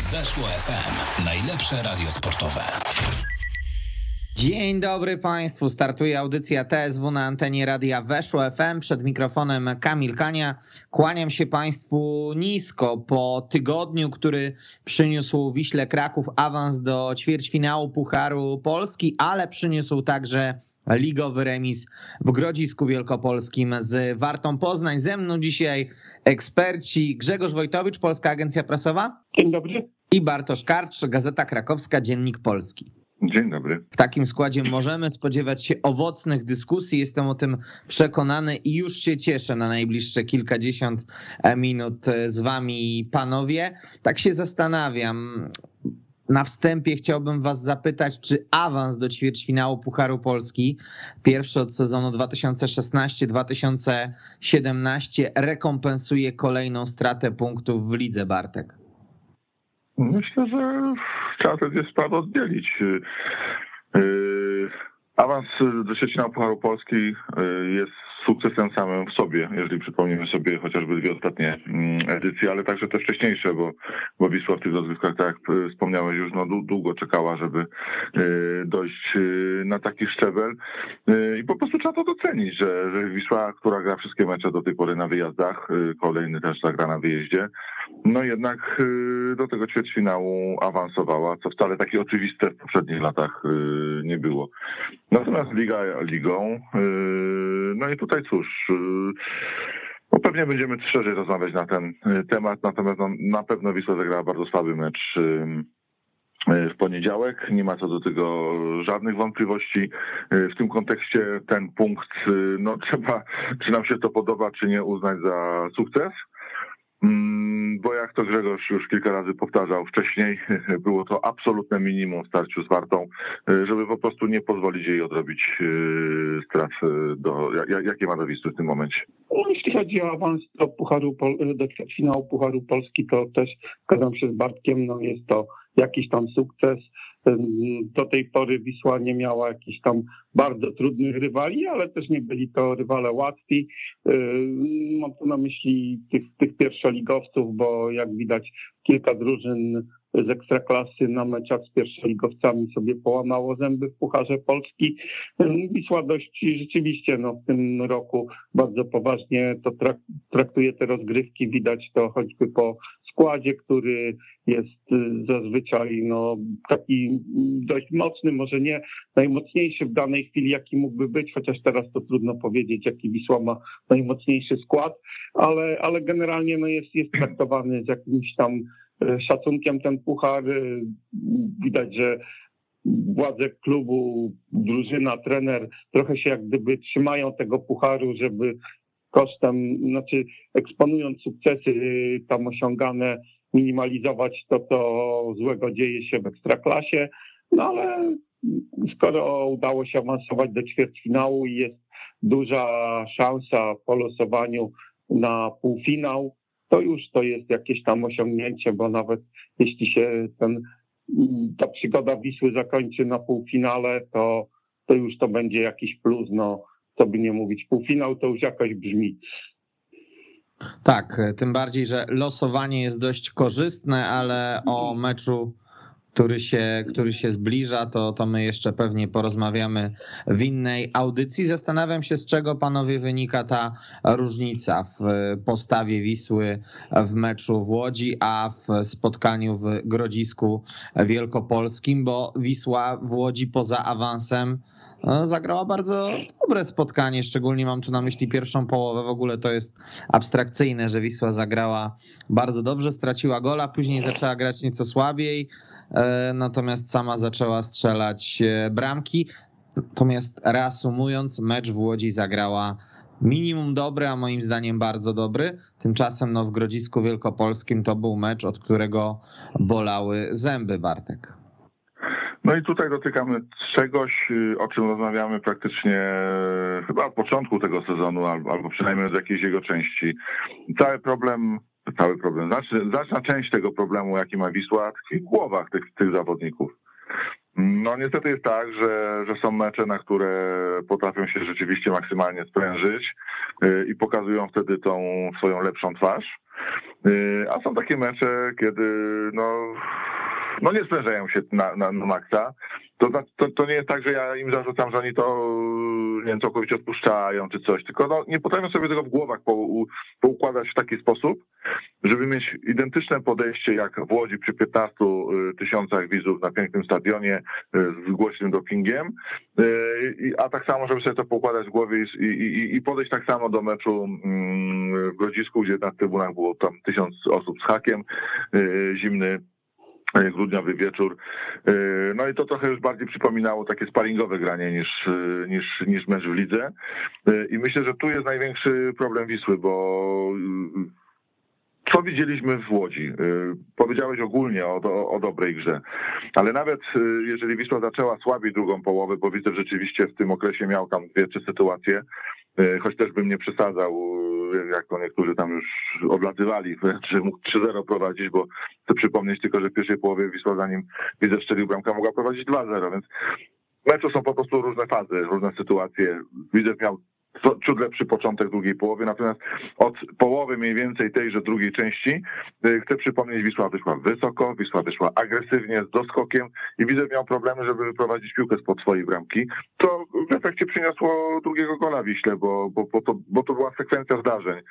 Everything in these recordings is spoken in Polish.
Weszło FM. Najlepsze radio sportowe. Dzień dobry Państwu. Startuje audycja TSW na antenie radia Weszło FM. Przed mikrofonem Kamil Kania. Kłaniam się Państwu nisko po tygodniu, który przyniósł Wiśle Kraków awans do ćwierćfinału Pucharu Polski, ale przyniósł także ligowy remis w Grodzisku Wielkopolskim z Wartą Poznań. Ze mną dzisiaj eksperci Grzegorz Wojtowicz, Polska Agencja Prasowa. Dzień dobry. I Bartosz Karcz, Gazeta Krakowska, Dziennik Polski. Dzień dobry. W takim składzie możemy spodziewać się owocnych dyskusji. Jestem o tym przekonany i już się cieszę na najbliższe kilkadziesiąt minut z wami, panowie. Tak się zastanawiam. Na wstępie chciałbym was zapytać, czy awans do ćwierćfinału Pucharu Polski, pierwszy od sezonu 2016-2017, rekompensuje kolejną stratę punktów w lidze, Bartek? Myślę, że trzeba tę sprawę oddzielić. Awans do ćwierćfinału Pucharu Polski jest sukcesem samym w sobie, jeżeli przypomnimy sobie chociażby dwie ostatnie edycje, ale także te wcześniejsze, bo Wisła w tych rozgrywkach, tak jak wspomniałeś, już długo czekała, żeby dojść na taki szczebel i po prostu trzeba to docenić, że Wisła, która gra wszystkie mecze do tej pory na wyjazdach, kolejny też zagra na wyjeździe, no jednak do tego ćwierćfinału awansowała, co wcale takie oczywiste w poprzednich latach nie było. Natomiast liga ligą, no i tutaj cóż, pewnie będziemy szerzej rozmawiać na ten temat, natomiast na pewno Wisła zagrała bardzo słaby mecz w poniedziałek, nie ma co do tego żadnych wątpliwości. W tym kontekście ten punkt, no trzeba, czy nam się to podoba, czy nie, uznać za sukces. Bo jak to Grzegorz już kilka razy powtarzał wcześniej, było to absolutne minimum w starciu z Wartą, żeby po prostu nie pozwolić jej odrobić strat, jakie ma do Wisły w tym momencie. No, jeśli chodzi o awans do finału Pucharu Polski, to też zgadzam się z Bartkiem, no jest to jakiś tam sukces. Do tej pory Wisła nie miała jakichś tam bardzo trudnych rywali, ale też nie byli to rywale łatwi. Mam tu na myśli tych pierwszoligowców, bo jak widać kilka drużyn z Ekstraklasy na meczach z pierwszoligowcami sobie połamało zęby w Pucharze Polski. Wisła dość rzeczywiście w tym roku bardzo poważnie to traktuje te rozgrywki. Widać to choćby po składzie, który jest zazwyczaj taki dość mocny, może nie najmocniejszy w danej chwili, jaki mógłby być, chociaż teraz to trudno powiedzieć, jaki Wisła ma najmocniejszy skład, ale generalnie jest traktowany z jakimś tam szacunkiem ten puchar. Widać, że władze klubu, drużyna, trener trochę się jak gdyby trzymają tego pucharu, żeby kosztem, eksponując sukcesy tam osiągane, minimalizować to, co złego dzieje się w Ekstraklasie. No ale skoro udało się awansować do ćwierćfinału i jest duża szansa po losowaniu na półfinał, to już to jest jakieś tam osiągnięcie, bo nawet jeśli się ta przygoda Wisły zakończy na półfinale, to już to będzie jakiś plus, co by nie mówić. Półfinał to już jakoś brzmi. Tak, tym bardziej, że losowanie jest dość korzystne, ale o meczu, który się zbliża, to my jeszcze pewnie porozmawiamy w innej audycji. Zastanawiam się, z czego, panowie, wynika ta różnica w postawie Wisły w meczu w Łodzi, a w spotkaniu w Grodzisku Wielkopolskim, bo Wisła w Łodzi poza awansem zagrała bardzo dobre spotkanie, szczególnie mam tu na myśli pierwszą połowę. W ogóle to jest abstrakcyjne, że Wisła zagrała bardzo dobrze, straciła gola, później zaczęła grać nieco słabiej, natomiast sama zaczęła strzelać bramki. Natomiast reasumując, mecz w Łodzi zagrała minimum dobry, a moim zdaniem bardzo dobry. Tymczasem w Grodzisku Wielkopolskim to był mecz, od którego bolały zęby, Bartek. No i tutaj dotykamy czegoś, o czym rozmawiamy praktycznie chyba od początku tego sezonu, albo przynajmniej od jakiejś jego części. Znaczna część tego problemu, jaki ma Wisła, tkwi w głowach tych zawodników. No niestety jest tak, że są mecze, na które potrafią się rzeczywiście maksymalnie sprężyć i pokazują wtedy tą swoją lepszą twarz. A są takie mecze, kiedy no nie sprężają się na maksa. To nie jest tak, że ja im zarzucam, że oni to nie wiem, całkowicie odpuszczają czy coś, tylko nie potrafią sobie tego w głowach poukładać w taki sposób, żeby mieć identyczne podejście jak w Łodzi przy 15 000 widzów na pięknym stadionie z głośnym dopingiem, a tak samo, żeby sobie to poukładać w głowie i podejść tak samo do meczu w Grodzisku, gdzie na trybunach było tam 1000 osób z hakiem, zimny grudniowy wieczór. No i to trochę już bardziej przypominało takie sparingowe granie niż mecz w lidze. I myślę, że tu jest największy problem Wisły, bo co widzieliśmy w Łodzi? Powiedziałeś ogólnie o dobrej grze, ale nawet jeżeli Wisła zaczęła słabiej drugą połowę, bo widzę, że rzeczywiście w tym okresie miał tam 2-3 sytuacje, choć też bym nie przesadzał, jak to niektórzy tam już odlatywali, że mógł 3-0 prowadzić, bo chcę przypomnieć tylko, że w pierwszej połowie Wisła, zanim Widzew strzelił bramkę, mogła prowadzić 2-0, więc w meczu są po prostu różne fazy, różne sytuacje. Widzew miał ciut lepszy początek drugiej połowy, natomiast od połowy mniej więcej tejże drugiej części, chcę przypomnieć, Wisła wyszła wysoko, Wisła wyszła agresywnie, z doskokiem i Widzew miał problemy, żeby wyprowadzić piłkę spod swojej bramki. To w efekcie przyniosło drugiego gola Wiśle, bo to była sekwencja zdarzeń,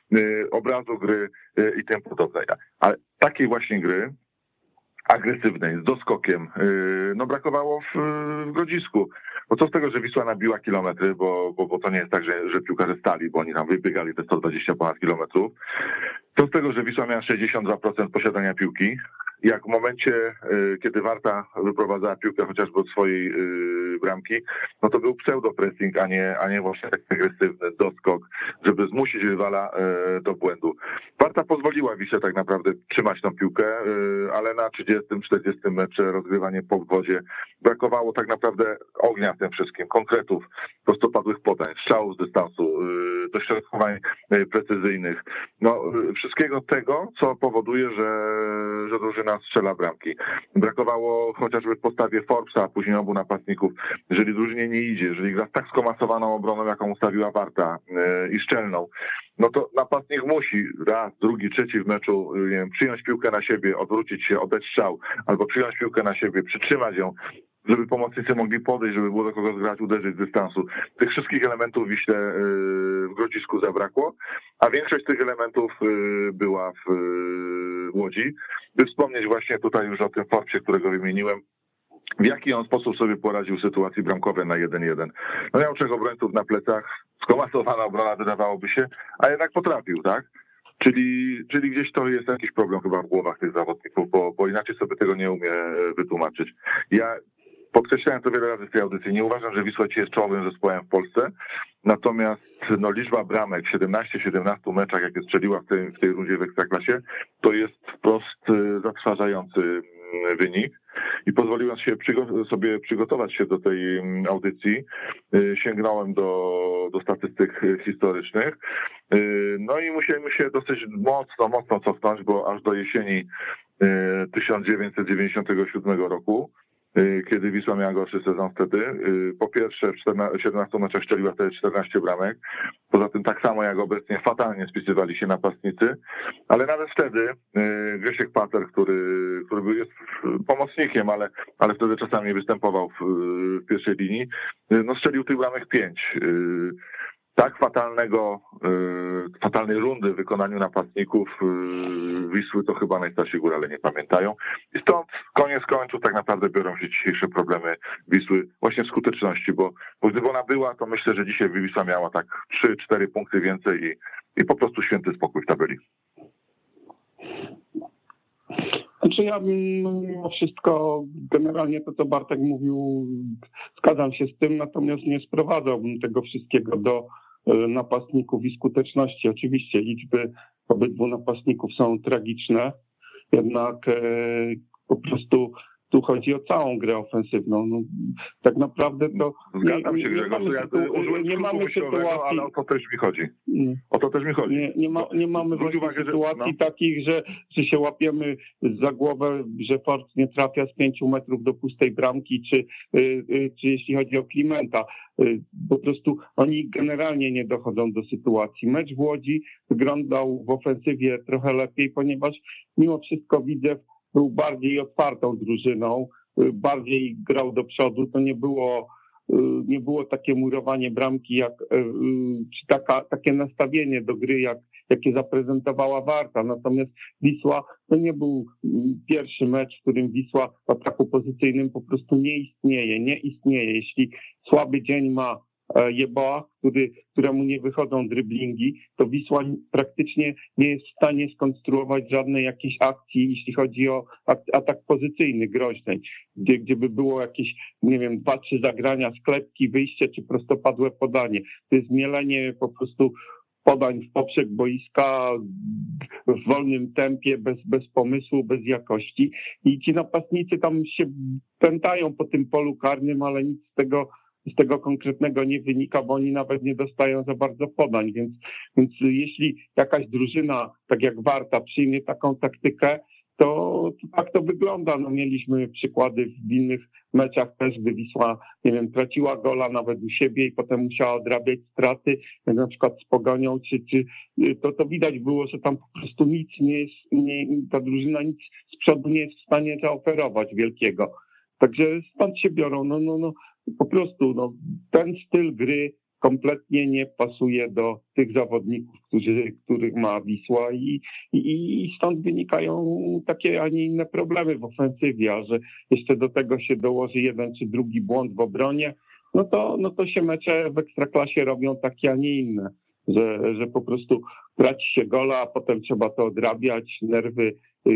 obrazu gry i tym podobne. Ale takiej właśnie gry agresywnej, z doskokiem, brakowało w Grodzisku. Bo co z tego, że Wisła nabiła kilometry, bo to nie jest tak, że piłkarze stali, bo oni tam wybiegali te 120 ponad kilometrów. Co z tego, że Wisła miała 62% posiadania piłki, jak w momencie, kiedy Warta wyprowadzała piłkę chociażby od swojej bramki, no to był pseudo-pressing, a nie właśnie taki agresywny doskok, żeby zmusić rywala do błędu. Warta pozwoliła Wiśle tak naprawdę trzymać tą piłkę, ale na 30-40 metrze rozgrywanie po wodzie brakowało tak naprawdę ognia w tym wszystkim, konkretów, prostopadłych podań, strzałów z dystansu, dośrodkowań precyzyjnych. No, wszystkiego tego, co powoduje, że drużyna strzela bramki. Brakowało chociażby w postawie Forbesa, a później obu napastników. Jeżeli drużynie nie idzie, jeżeli gra z tak skomasowaną obroną, jaką ustawiła Warta i szczelną, no to napastnik musi raz, drugi, trzeci w meczu, nie wiem, przyjąć piłkę na siebie, odwrócić się, oddać strzał, albo przyjąć piłkę na siebie, przytrzymać ją, żeby pomocnicy mogli podejść, żeby było do kogo zgrać, uderzyć z dystansu. Tych wszystkich elementów Wiśle w Grodzisku zabrakło, a większość tych elementów była w Łodzi. By wspomnieć właśnie tutaj już o tym Forbesie, którego wymieniłem, w jaki on sposób sobie poradził w sytuacji bramkowej na 1-1. No miał 3 obrońców na plecach, skomasowana obrona wydawałoby się, a jednak potrafił, tak? Czyli gdzieś to jest jakiś problem chyba w głowach tych zawodników, bo inaczej sobie tego nie umie wytłumaczyć. Ja podkreślałem to wiele razy w tej audycji. Nie uważam, że Wisła jest czołowym zespołem w Polsce, natomiast liczba bramek w 17 meczach, jakie strzeliła w tej rundzie w Ekstraklasie, to jest wprost zatrważający wynik. I pozwoliłem sobie przygotować się do tej audycji, sięgnąłem do statystyk historycznych, no i musiałem się dosyć mocno cofnąć, bo aż do jesieni 1997 roku, kiedy Wisła miała gorszy sezon wtedy. Po pierwsze w 17 meczach strzeliła wtedy 14 bramek. Poza tym tak samo jak obecnie fatalnie spisywali się napastnicy, ale nawet wtedy Grzesiek Pater, który jest pomocnikiem, ale wtedy czasami występował w pierwszej linii, strzelił tych bramek 5. Tak fatalnej rundy w wykonaniu napastników Wisły to chyba najstarsi górale nie pamiętają. I stąd koniec końców tak naprawdę biorą się dzisiejsze problemy Wisły właśnie w skuteczności, bo gdyby ona była, to myślę, że dzisiaj Wisła miała tak 3-4 punkty więcej i po prostu święty spokój w tabeli. Znaczy ja mimo wszystko generalnie to, co Bartek mówił, zgadzam się z tym, natomiast nie sprowadzałbym tego wszystkiego do napastników i skuteczności. Oczywiście liczby obydwu napastników są tragiczne, jednak po prostu tu chodzi o całą grę ofensywną. No, tak naprawdę to Zgadzam się, Grzegorz. Nie mamy sytuacji, ale o to też mi chodzi. Nie mamy sytuacji takich, że się łapiemy za głowę, że Force nie trafia z 5 metrów do pustej bramki, czy jeśli chodzi o Klimenta. Po prostu oni generalnie nie dochodzą do sytuacji. Mecz w Łodzi wyglądał w ofensywie trochę lepiej, ponieważ mimo wszystko Widzew był bardziej otwartą drużyną, bardziej grał do przodu, to nie było takie murowanie bramki, czy takie nastawienie do gry, jakie zaprezentowała Warta. Natomiast Wisła to nie był pierwszy mecz, w którym Wisła w ataku pozycyjnym po prostu nie istnieje. Jeśli słaby dzień ma Jeboa, któremu nie wychodzą driblingi, to Wisła praktycznie nie jest w stanie skonstruować żadnej jakiejś akcji, jeśli chodzi o atak pozycyjny groźnej, gdzie by było jakieś, 2-3 zagrania, sklepki, wyjście czy prostopadłe podanie. To jest mielenie po prostu podań w poprzek boiska w wolnym tempie, bez pomysłu, bez jakości. I ci napastnicy tam się pętają po tym polu karnym, ale nic z tego konkretnego nie wynika, bo oni nawet nie dostają za bardzo podań, więc jeśli jakaś drużyna, tak jak Warta, przyjmie taką taktykę, to tak to wygląda. No, mieliśmy przykłady w innych meczach też, gdy Wisła, traciła gola nawet u siebie i potem musiała odrabiać straty, jak na przykład z Pogonią, to widać było, że tam po prostu nic nie jest, ta drużyna nic z przodu nie jest w stanie zaoferować wielkiego. Także stąd się biorą, po prostu ten styl gry kompletnie nie pasuje do tych zawodników, których ma Wisła i stąd wynikają takie, a nie inne problemy w ofensywie, a że jeszcze do tego się dołoży jeden czy drugi błąd w obronie, no to się mecze w Ekstraklasie robią takie, a nie inne, że po prostu traci się gola, a potem trzeba to odrabiać, nerwy,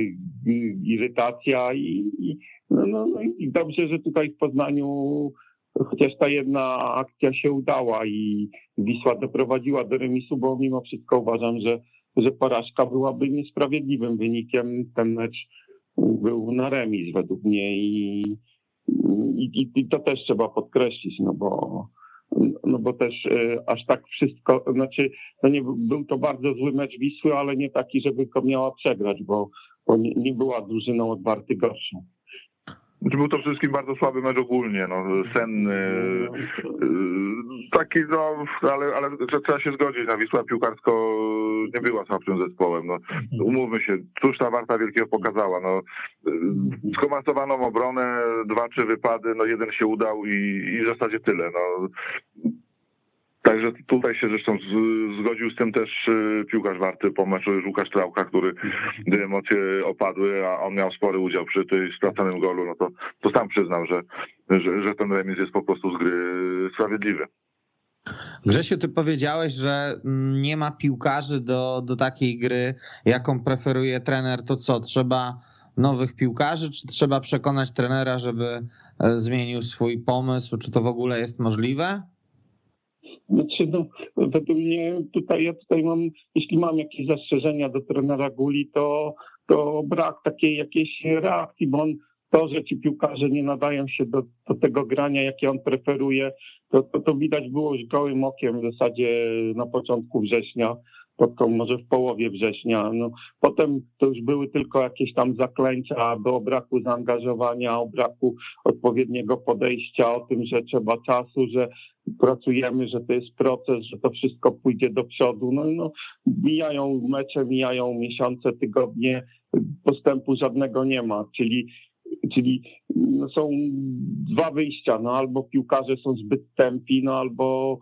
irytacja i dobrze, że tutaj w Poznaniu chociaż ta jedna akcja się udała i Wisła doprowadziła do remisu, bo mimo wszystko uważam, że porażka byłaby niesprawiedliwym wynikiem. Ten mecz był na remis według mnie i to też trzeba podkreślić, bo też aż tak wszystko, był to bardzo zły mecz Wisły, ale nie taki, żeby go miała przegrać, bo nie była drużyną od Warty gorszą. Był to wszystkim bardzo słaby mecz ogólnie, senny, taki, ale trzeba się zgodzić, Wisła piłkarsko nie była słabszym zespołem, umówmy się, cóż ta Warta Wielkiego pokazała, skomasowaną obronę, 2-3 wypady, jeden się udał i w zasadzie tyle, Także tutaj się zresztą zgodził z tym też piłkarz Warty po meczu Łukasz Trałka, gdy emocje opadły, a on miał spory udział przy tej straconym golu, to sam przyznał, że ten remis jest po prostu z gry sprawiedliwy. Grzesiu, ty powiedziałeś, że nie ma piłkarzy do takiej gry, jaką preferuje trener. To co, trzeba nowych piłkarzy, czy trzeba przekonać trenera, żeby zmienił swój pomysł? Czy to w ogóle jest możliwe? Według mnie ja tutaj mam, jeśli mam jakieś zastrzeżenia do trenera Guli, to brak takiej jakiejś reakcji, bo że ci piłkarze nie nadają się do tego grania, jakie on preferuje, to widać było już gołym okiem w zasadzie na początku września, może w połowie września. Potem to już były tylko jakieś tam zaklęcia o braku zaangażowania, o braku odpowiedniego podejścia, o tym, że trzeba czasu, że pracujemy, że to jest proces, że to wszystko pójdzie do przodu. Mijają mecze, mijają miesiące, tygodnie, postępu żadnego nie ma, czyli są dwa wyjścia, albo piłkarze są zbyt tępi, albo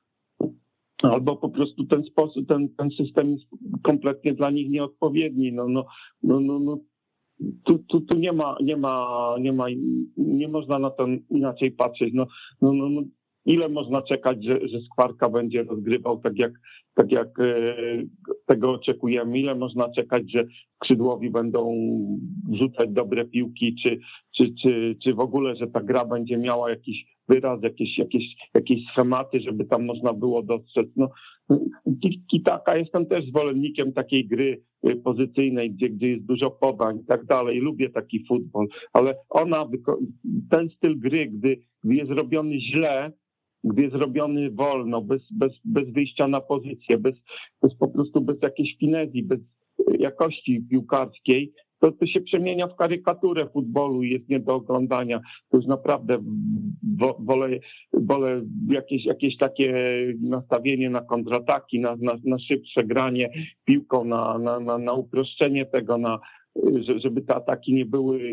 po prostu ten sposób, ten system jest kompletnie dla nich nieodpowiedni. Tu nie można na to inaczej patrzeć. Ile można czekać, że Skwarka będzie rozgrywał tak jak tego oczekujemy. Ile można czekać, że skrzydłowi będą rzucać dobre piłki, czy w ogóle, że ta gra będzie miała jakiś wyraz, jakieś schematy, żeby tam można było dostrzec. No, tiki-taka, jestem też zwolennikiem takiej gry pozycyjnej, gdzie jest dużo podań i tak dalej. Lubię taki futbol, ale ten styl gry, gdy jest robiony źle, gdy jest robiony wolno, bez wyjścia na pozycję, po prostu bez jakiejś finezji, bez jakości piłkarskiej, to się przemienia w karykaturę futbolu i jest nie do oglądania. To już naprawdę wolę jakieś takie nastawienie na kontrataki, na szybsze granie piłką, na uproszczenie tego, żeby te ataki nie były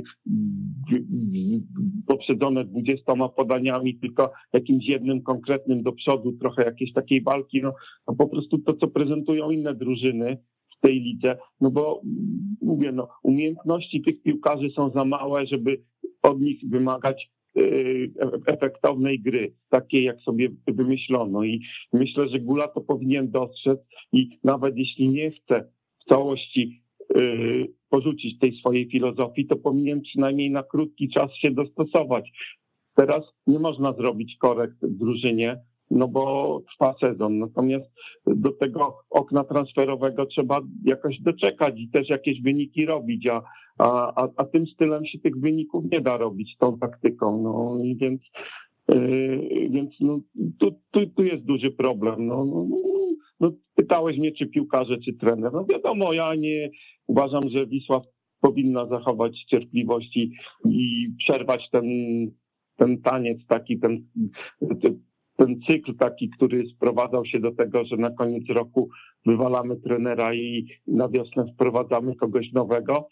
poprzedzone 20 podaniami, tylko jakimś jednym konkretnym do przodu, trochę jakiejś takiej walki. No po prostu to, co prezentują inne drużyny w tej lidze, no bo mówię, umiejętności tych piłkarzy są za małe, żeby od nich wymagać efektownej gry, takiej jak sobie wymyślono, i myślę, że Gula to powinien dostrzec i nawet jeśli nie chce w całości porzucić tej swojej filozofii, to powinien przynajmniej na krótki czas się dostosować. Teraz nie można zrobić korekt w drużynie, no bo trwa sezon. Natomiast do tego okna transferowego trzeba jakoś doczekać i też jakieś wyniki robić, a tym stylem się tych wyników nie da robić, tą taktyką. No i więc tu jest duży problem. No, pytałeś mnie, czy piłkarze, czy trener. No wiadomo, ja nie uważam, że Wisła powinna zachować cierpliwość i przerwać ten taniec taki, ten cykl taki, który sprowadzał się do tego, że na koniec roku wywalamy trenera i na wiosnę wprowadzamy kogoś nowego.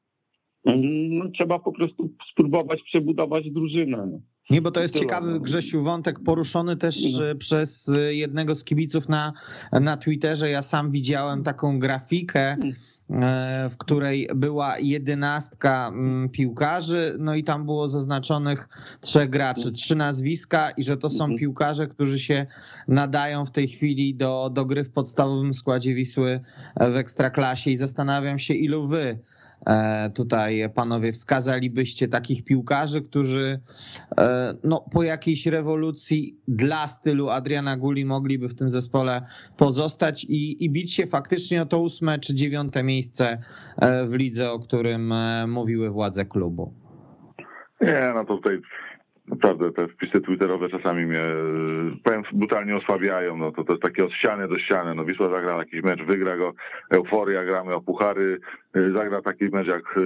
No, trzeba po prostu spróbować przebudować drużynę. No. Nie, bo to jest ciekawy, Grzesiu, wątek poruszony też przez jednego z kibiców na Twitterze. Ja sam widziałem taką grafikę, w której była 11 piłkarzy, no i tam było zaznaczonych 3 graczy, 3 nazwiska i że to są piłkarze, którzy się nadają w tej chwili do gry w podstawowym składzie Wisły w Ekstraklasie i zastanawiam się, ilu wy tutaj, panowie, wskazalibyście takich piłkarzy, którzy po jakiejś rewolucji dla stylu Adriana Guli mogliby w tym zespole pozostać i bić się faktycznie o to 8. czy 9. miejsce w lidze, o którym mówiły władze klubu. Nie, no to tutaj naprawdę te wpisy twitterowe czasami mnie, powiem, brutalnie osłabiają. No to jest takie od ściany do ściany. No Wisła zagra jakiś mecz, wygra go, euforia, gramy o puchary, zagra taki mecz jak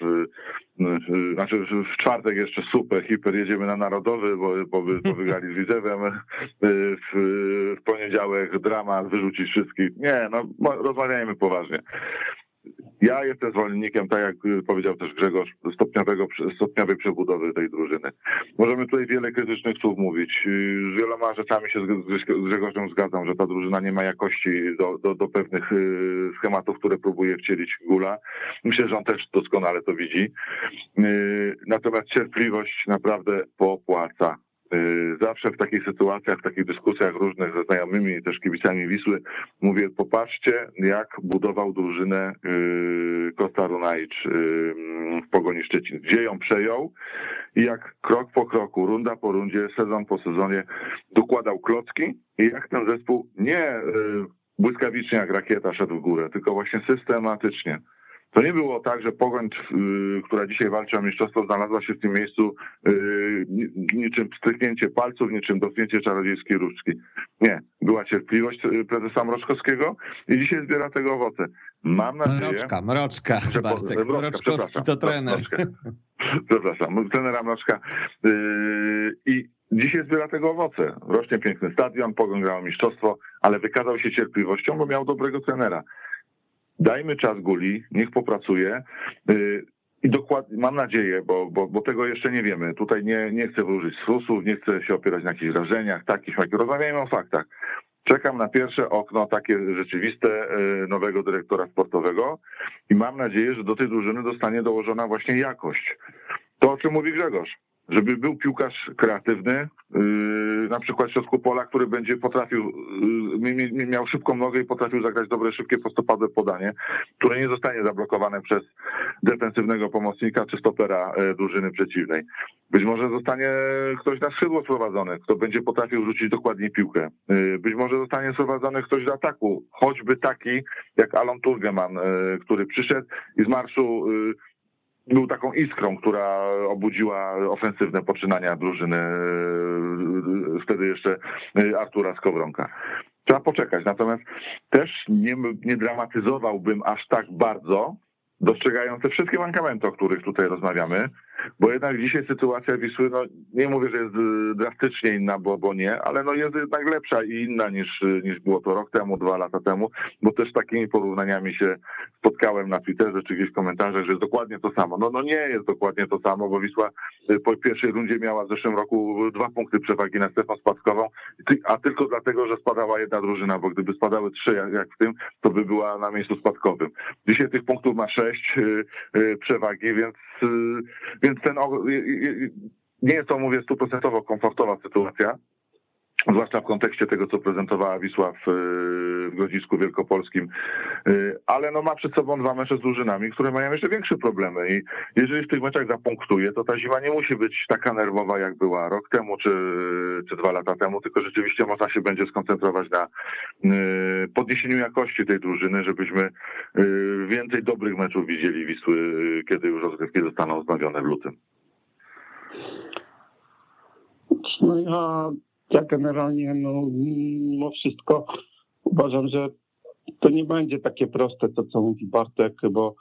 w czwartek jeszcze super, hiper, jedziemy na Narodowy, bo wygrali z Widzewem, w poniedziałek dramat, wyrzucić wszystkich. Nie, no rozmawiajmy poważnie. Ja jestem zwolennikiem, tak jak powiedział też Grzegorz, stopniowej przebudowy tej drużyny. Możemy tutaj wiele krytycznych słów mówić. Z wieloma rzeczami się z Grzegorzem zgadzam, że ta drużyna nie ma jakości do pewnych schematów, które próbuje wcielić Gula. Myślę, że on też doskonale to widzi. Natomiast cierpliwość naprawdę popłaca. Zawsze w takich sytuacjach, w takich dyskusjach różnych ze znajomymi, też kibicami Wisły, mówię, popatrzcie, jak budował drużynę Kosta Runajcz w Pogoni Szczecin, gdzie ją przejął i jak krok po kroku, runda po rundzie, sezon po sezonie dokładał klocki i jak ten zespół nie błyskawicznie jak rakieta szedł w górę, tylko właśnie systematycznie. To nie było tak, że Pogoń, która dzisiaj walczy o mistrzostwo, znalazła się w tym miejscu niczym stryknięcie palców, niczym dotknięcie czarodziejskiej różdżki. Nie, była cierpliwość prezesa Mroczkowskiego i dzisiaj zbiera tego owoce. Mam nadzieję... Mroczka, Bartek. Mroczkowski to trener. Przepraszam, trenera Mroczka. I dzisiaj zbiera tego owoce. Rośnie piękny stadion, Pogoń grał mistrzostwo, ale wykazał się cierpliwością, bo miał dobrego trenera. Dajmy czas Guli, niech popracuje i dokładnie, mam nadzieję, bo tego jeszcze nie wiemy. Tutaj nie chcę wróżyć z fusów, nie chcę się opierać na jakichś wrażeniach, takich, rozmawiajmy o faktach. Czekam na pierwsze okno takie rzeczywiste nowego dyrektora sportowego i mam nadzieję, że do tej drużyny zostanie dołożona właśnie jakość. To, o czym mówi Grzegorz. żeby był piłkarz kreatywny, na przykład w środku pola, który będzie potrafił, miał szybką nogę i potrafił zagrać dobre, szybkie, prostopadłe podanie, które nie zostanie zablokowane przez defensywnego pomocnika czy stopera drużyny przeciwnej. Być może zostanie ktoś na skrzydło sprowadzony, kto będzie potrafił rzucić dokładnie piłkę. Być może zostanie sprowadzony ktoś do ataku, choćby taki jak Alon Turgeman, który przyszedł i z marszu był taką iskrą, która obudziła ofensywne poczynania drużyny, wtedy jeszcze Artura Skowronka. Trzeba poczekać, natomiast też nie dramatyzowałbym aż tak bardzo, dostrzegając te wszystkie mankamenty, o których tutaj rozmawiamy, bo jednak dzisiaj sytuacja Wisły, no nie mówię, że jest drastycznie inna, bo nie, ale no jest jednak lepsza i inna niż było to rok temu, 2 lata temu, bo też takimi porównaniami się spotkałem na Twitterze czy gdzieś w komentarzach, że jest dokładnie to samo. No nie jest dokładnie to samo, bo Wisła po pierwszej rundzie miała w zeszłym roku 2 punkty przewagi nad strefą spadkową, a tylko dlatego, że spadała jedna drużyna, bo gdyby spadały 3 jak w tym, to by była na miejscu spadkowym. Dzisiaj tych punktów ma 6 przewagi, więc nie jest to, mówię, 100% komfortowa sytuacja, zwłaszcza w kontekście tego, co prezentowała Wisła w Grodzisku Wielkopolskim, ale no ma przed sobą 2 mecze z drużynami, które mają jeszcze większe problemy i jeżeli w tych meczach zapunktuje, to ta zima nie musi być taka nerwowa, jak była rok temu czy 2 lata temu, tylko rzeczywiście można się będzie skoncentrować na podniesieniu jakości tej drużyny, żebyśmy więcej dobrych meczów widzieli Wisły, kiedy już rozgrywki zostaną wznowione w lutym. No ja generalnie mimo wszystko uważam, że to nie będzie takie proste, to co mówi Bartek, bo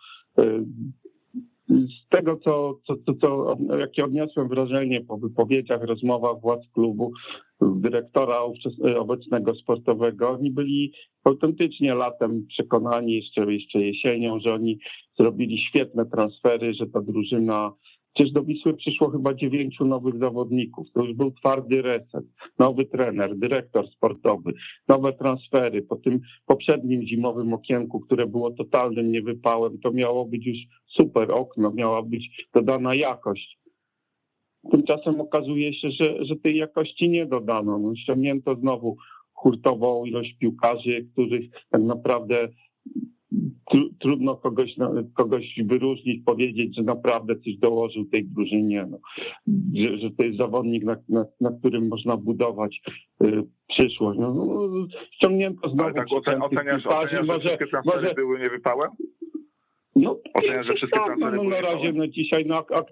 z tego, jakie odniosłem wrażenie po wypowiedziach, rozmowach władz klubu, dyrektora obecnego sportowego, oni byli autentycznie latem przekonani, jeszcze jesienią, że oni zrobili świetne transfery, że ta drużyna. Przecież do Wisły przyszło chyba 9 nowych zawodników. To już był twardy reset. Nowy trener, dyrektor sportowy, nowe transfery. Po tym poprzednim zimowym okienku, które było totalnym niewypałem, to miało być już super okno, miała być dodana jakość. Tymczasem okazuje się, że tej jakości nie dodano. No, ściągnięto znowu hurtową ilość piłkarzy, których tak naprawdę trudno kogoś wyróżnić, powiedzieć, że naprawdę coś dołożył tej drużynie, że to jest zawodnik, na którym można budować przyszłość. Ściągnięto znowu. Ale tak oceniasz, że wszystkie transfery były niewypałem? Oceniasz, że wszystkie transfery były na razie dzisiaj,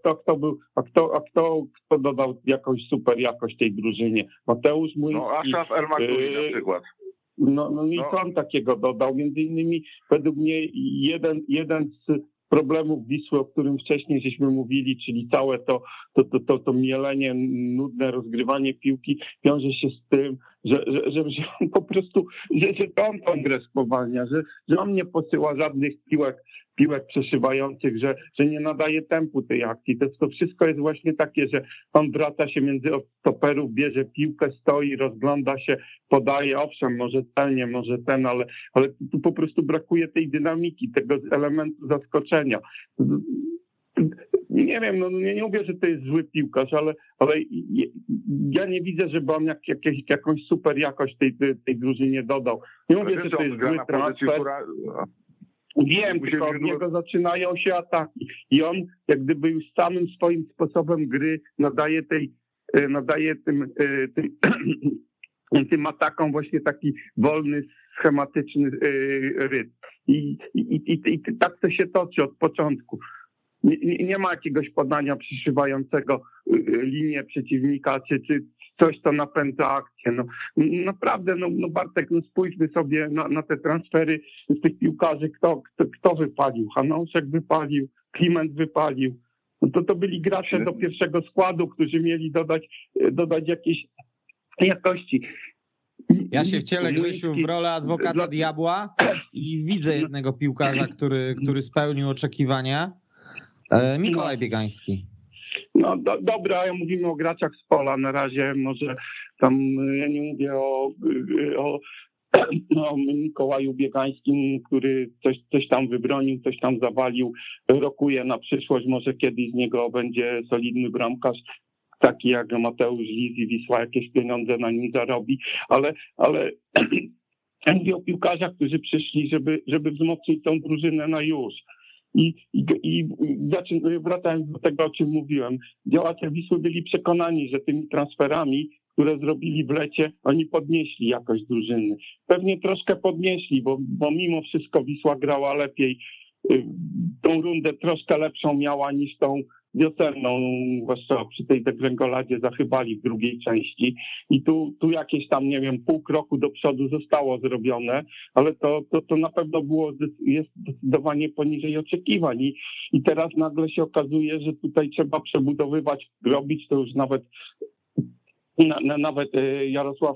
kto dodał jakąś super jakość tej drużynie? Mateusz Młyński. Ashraf El Maktoumi na przykład. I Pan takiego dodał. Między innymi według mnie jeden z problemów Wisły, o którym wcześniej żeśmy mówili, czyli całe to mielenie, nudne rozgrywanie piłki wiąże się z tym, że on po prostu, że to on tą grę spowalnia, że on nie posyła żadnych piłek przeszywających, że nie nadaje tempu tej akcji. To wszystko jest właśnie takie, że on wraca się między stoperów, bierze piłkę, stoi, rozgląda się, podaje, owszem, może celnie, może ten, ale tu po prostu brakuje tej dynamiki, tego elementu zaskoczenia. Nie wiem, nie mówię, że to jest zły piłkarz, ale ja nie widzę, żeby on jakąś super jakość tej drużynie dodał. Nie mówię, że to jest zły transfer. Wiem, tylko od niego zaczynają się ataki i on jak gdyby już samym swoim sposobem gry nadaje tym atakom właśnie taki wolny, schematyczny rytm. I tak to się toczy od początku. Nie ma jakiegoś podania przyszywającego linię przeciwnika, czy coś, co napędza akcję. Naprawdę, Bartek, spójrzmy sobie na te transfery z tych piłkarzy, kto wypalił. Hanouszek wypalił, Kliment wypalił. To byli gracze do pierwszego składu, którzy mieli dodać jakieś jakości. Ja się wcielę, Grzesiu, w rolę adwokata diabła i widzę jednego piłkarza, który spełnił oczekiwania. Mikołaj Biegański. Dobra, mówimy o graczach z pola na razie, może tam ja nie mówię o Mikołaju Biegańskim, który coś tam wybronił, coś tam zawalił, rokuje na przyszłość, może kiedyś z niego będzie solidny bramkarz, taki jak Mateusz Lis i Wisła jakieś pieniądze na nim zarobi, ale ja mówię o piłkarzach, którzy przyszli, żeby wzmocnić tą drużynę na już. I wracając do tego, o czym mówiłem, działacze Wisły byli przekonani, że tymi transferami, które zrobili w lecie, oni podnieśli jakość drużyny. Pewnie troszkę podnieśli, bo mimo wszystko Wisła grała lepiej. Tą rundę troszkę lepszą miała niż tą wiosenną, zwłaszcza przy tej degrengoladzie zachybali w drugiej części i tu jakieś tam, nie wiem, pół kroku do przodu zostało zrobione, ale to na pewno jest zdecydowanie poniżej oczekiwań i teraz nagle się okazuje, że tutaj trzeba przebudowywać, robić to już nawet Jarosław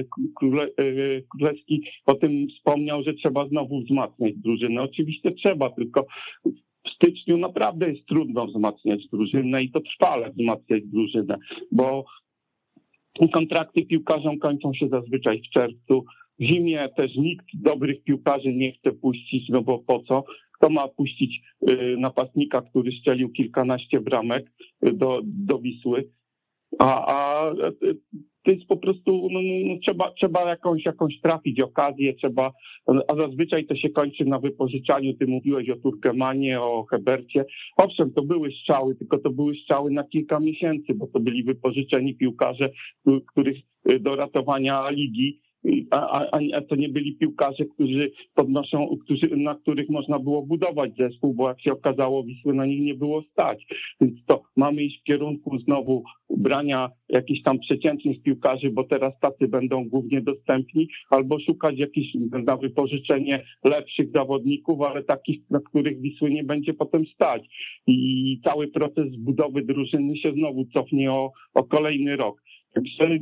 Królewski o tym wspomniał, że trzeba znowu wzmacniać drużynę. Oczywiście trzeba, tylko w styczniu naprawdę jest trudno wzmacniać drużynę i to trwale wzmacniać drużynę, bo kontrakty piłkarzom kończą się zazwyczaj w czerwcu. W zimie też nikt dobrych piłkarzy nie chce puścić, no bo po co? Kto ma puścić napastnika, który strzelił kilkanaście bramek do Wisły? A to jest po prostu, trzeba jakąś trafić okazję, a zazwyczaj to się kończy na wypożyczaniu. Ty mówiłeś o Turkemanie, o Hebercie. Owszem, to były strzały, tylko to były strzały na kilka miesięcy, bo to byli wypożyczeni piłkarze, których do ratowania ligi, a to nie byli piłkarze, na których można było budować zespół, bo jak się okazało, Wisły na nich nie było stać. Więc to mamy iść w kierunku znowu brania jakichś tam przeciętnych piłkarzy, bo teraz tacy będą głównie dostępni, albo szukać jakichś na wypożyczenie lepszych zawodników, ale takich, na których Wisły nie będzie potem stać. I cały proces budowy drużyny się znowu cofnie o kolejny rok. Także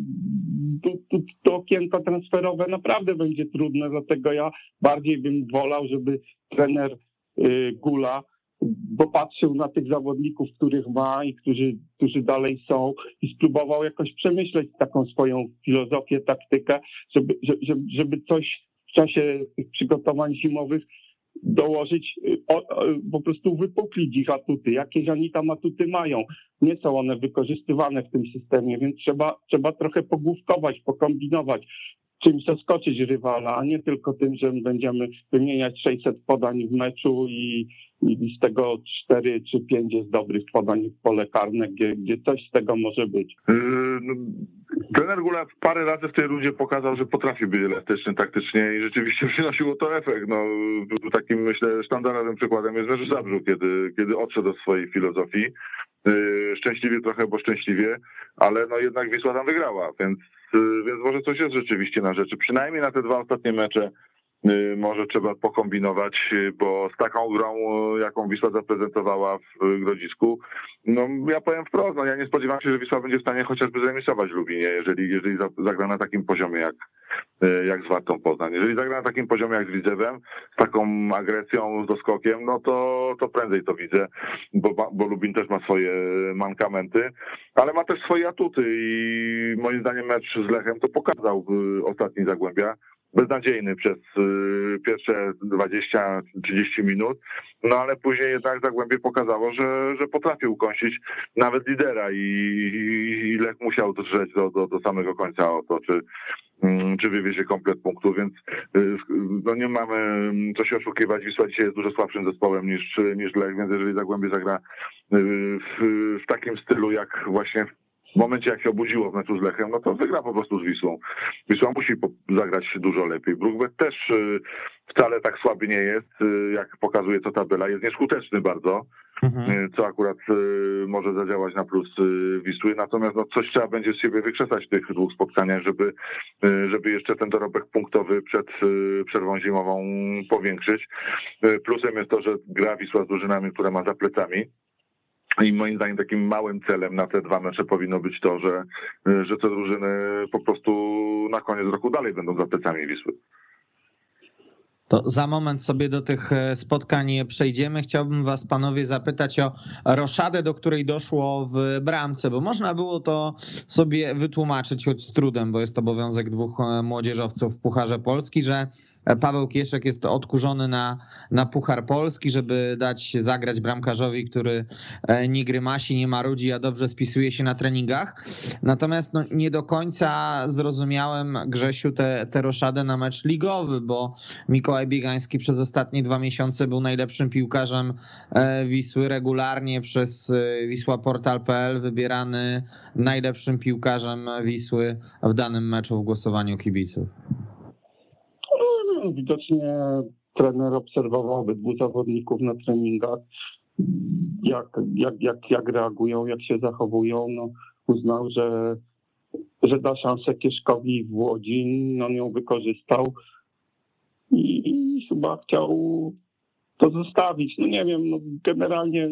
to okienko transferowe naprawdę będzie trudne, dlatego ja bardziej bym wolał, żeby trener Gula popatrzył na tych zawodników, których ma i którzy dalej są i spróbował jakoś przemyśleć taką swoją filozofię, taktykę, żeby coś w czasie tych przygotowań zimowych dołożyć, po prostu wypuklić ich atuty. Jakieś oni tam atuty mają. Nie są one wykorzystywane w tym systemie, więc trzeba trochę pogłówkować, pokombinować, czymś zaskoczyć rywala, a nie tylko tym, że będziemy wymieniać 600 podań w meczu i z tego 4 czy 5 jest dobrych podań w pole karne, gdzie coś z tego może być. Trener Gula parę razy w tej rundzie pokazał, że potrafi być elastyczny taktycznie i rzeczywiście przynosiło to efekt. Takim, myślę, sztandarowym przykładem jest Mecz Zabrzu, kiedy odszedł od swojej filozofii. Szczęśliwie trochę, bo szczęśliwie, ale jednak Wisła tam wygrała, więc może coś jest rzeczywiście na rzeczy. Przynajmniej na te 2 ostatnie mecze może trzeba pokombinować, bo z taką grą, jaką Wisła zaprezentowała w Grodzisku, ja powiem wprost, ja nie spodziewam się, że Wisła będzie w stanie chociażby zremisować Lubinie, jeżeli zagra na takim poziomie jak z Wartą Poznań. Jeżeli zagra na takim poziomie jak z Widzewem, z taką agresją, z doskokiem, to prędzej to widzę, bo Lubin też ma swoje mankamenty, ale ma też swoje atuty i moim zdaniem mecz z Lechem to pokazał w ostatniej Zagłębia. Beznadziejny przez pierwsze 20-30 minut, ale później jednak Zagłębie pokazało, że potrafił ukąsić nawet lidera i Lech musiał drżeć do samego końca o to, czy wywiezie komplet punktów, więc nie mamy co się oszukiwać. Wisła dzisiaj jest dużo słabszym zespołem niż Lech, więc jeżeli Zagłębie zagra w takim stylu, jak właśnie w momencie, jak się obudziło w meczu z Lechem, to wygra po prostu z Wisłą. Wisła musi zagrać dużo lepiej. Brugwet też wcale tak słaby nie jest, jak pokazuje to tabela. Jest nieskuteczny bardzo, co akurat może zadziałać na plus Wisły. Natomiast coś trzeba będzie z siebie wykrzesać w tych 2 spotkaniach, żeby jeszcze ten dorobek punktowy przed przerwą zimową powiększyć. Plusem jest to, że gra Wisła z drużynami, które ma za plecami. I moim zdaniem takim małym celem na te 2 mecze powinno być to, że te drużyny po prostu na koniec roku dalej będą za plecami Wisły. To za moment sobie do tych spotkań przejdziemy. Chciałbym was, panowie, zapytać o roszadę, do której doszło w bramce, bo można było to sobie wytłumaczyć choć z trudem, bo jest obowiązek 2 młodzieżowców w Pucharze Polski, że Paweł Kieszek jest odkurzony na Puchar Polski, żeby dać zagrać bramkarzowi, który nie grymasi, nie marudzi, a dobrze spisuje się na treningach. Natomiast nie do końca zrozumiałem, Grzesiu, tę roszadę na mecz ligowy, bo Mikołaj Biegański przez ostatnie 2 miesiące był najlepszym piłkarzem Wisły, regularnie przez wisłaportal.pl wybierany najlepszym piłkarzem Wisły w danym meczu w głosowaniu kibiców. Widocznie trener obserwował obydwu zawodników na treningach, jak reagują, jak się zachowują. Uznał, że da szansę Kieszkowi w Łodzi, on ją wykorzystał i chyba chciał to zostawić. Nie wiem, generalnie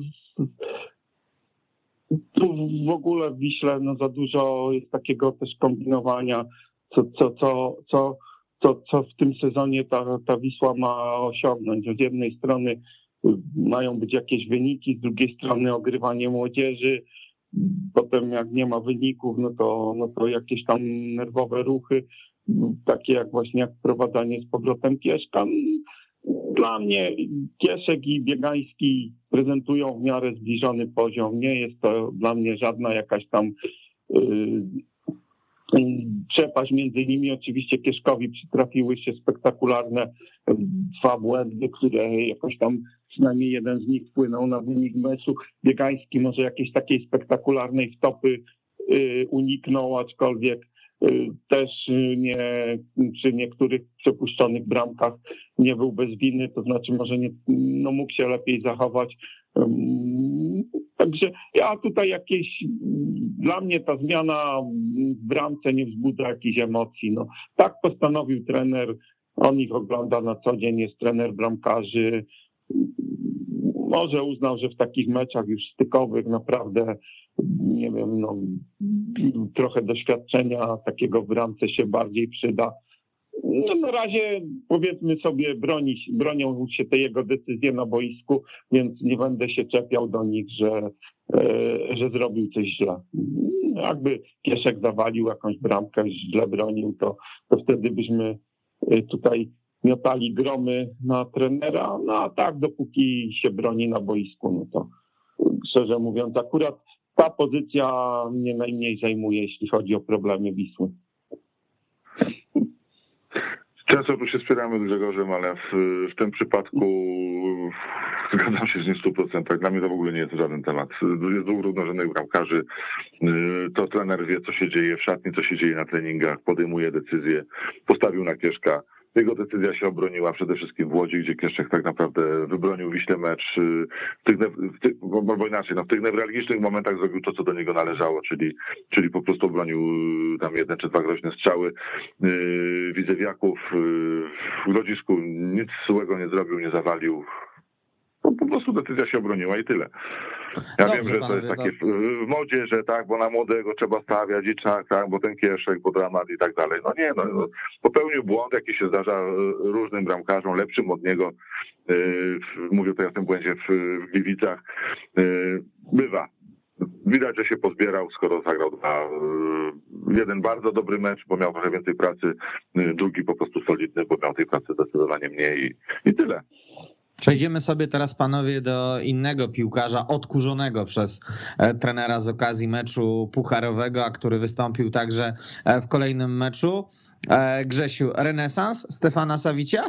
tu w ogóle w Wiśle za dużo jest takiego też kombinowania, co w tym sezonie ta Wisła ma osiągnąć. Z jednej strony mają być jakieś wyniki, z drugiej strony ogrywanie młodzieży, potem jak nie ma wyników, no to jakieś tam nerwowe ruchy, takie jak właśnie jak wprowadzanie z powrotem Kieszka. Dla mnie Kieszek i Biegański prezentują w miarę zbliżony poziom. Nie jest to dla mnie żadna jakaś tam przepaść między nimi. Oczywiście Kieszkowi przytrafiły się spektakularne 2 błędy, które jakoś tam przynajmniej jeden z nich wpłynął na wynik meczu. Biegański może jakiejś takiej spektakularnej wtopy uniknął, aczkolwiek też przy niektórych przepuszczonych bramkach nie był bez winy, to znaczy może mógł się lepiej zachować. Także ja tutaj dla mnie ta zmiana w bramce nie wzbudza jakichś emocji. Tak postanowił trener, on ich ogląda na co dzień, jest trener bramkarzy. Może uznał, że w takich meczach już stykowych naprawdę, nie wiem, trochę doświadczenia takiego w bramce się bardziej przyda. Na razie powiedzmy sobie bronią się te jego decyzje na boisku, więc nie będę się czepiał do nich, że zrobił coś źle. Jakby Kieszek zawalił jakąś bramkę, źle bronił, to wtedy byśmy tutaj miotali gromy na trenera, a tak dopóki się broni na boisku, to szczerze mówiąc akurat ta pozycja mnie najmniej zajmuje, jeśli chodzi o problemy Wisły. Często tu się spieramy z Grzegorzem, ale w tym przypadku zgadzam się z nim w 100%. Dla mnie to w ogóle nie jest żaden temat. Jest 2 równorzędnych bramkarzy. To trener wie, co się dzieje w szatni, co się dzieje na treningach, podejmuje decyzje, postawił na Kieszka. Jego decyzja się obroniła przede wszystkim w Łodzi, gdzie Kieszek tak naprawdę wybronił Wiśle mecz. W tych newralgicznych momentach zrobił to, co do niego należało, czyli po prostu obronił tam 1 czy 2 groźne strzały. Widzewiaków w Grodzisku nic złego nie zrobił, nie zawalił. Po prostu decyzja się obroniła i tyle. Ja dobrze, wiem, że to jest takie w modzie, że tak, bo na młodego trzeba stawiać i tak, bo ten Kieszek, bo dramat i tak dalej. Popełnił błąd, jaki się zdarza różnym bramkarzom, lepszym od niego. Mówię tutaj o tym błędzie w Gliwicach. Bywa. Widać, że się pozbierał, skoro zagrał 1 bardzo dobry mecz, bo miał trochę więcej pracy, drugi po prostu solidny, bo miał tej pracy zdecydowanie mniej i tyle. Przejdziemy sobie teraz, panowie, do innego piłkarza odkurzonego przez trenera z okazji meczu pucharowego, a który wystąpił także w kolejnym meczu. Grzesiu, renesans Stefana Savicia?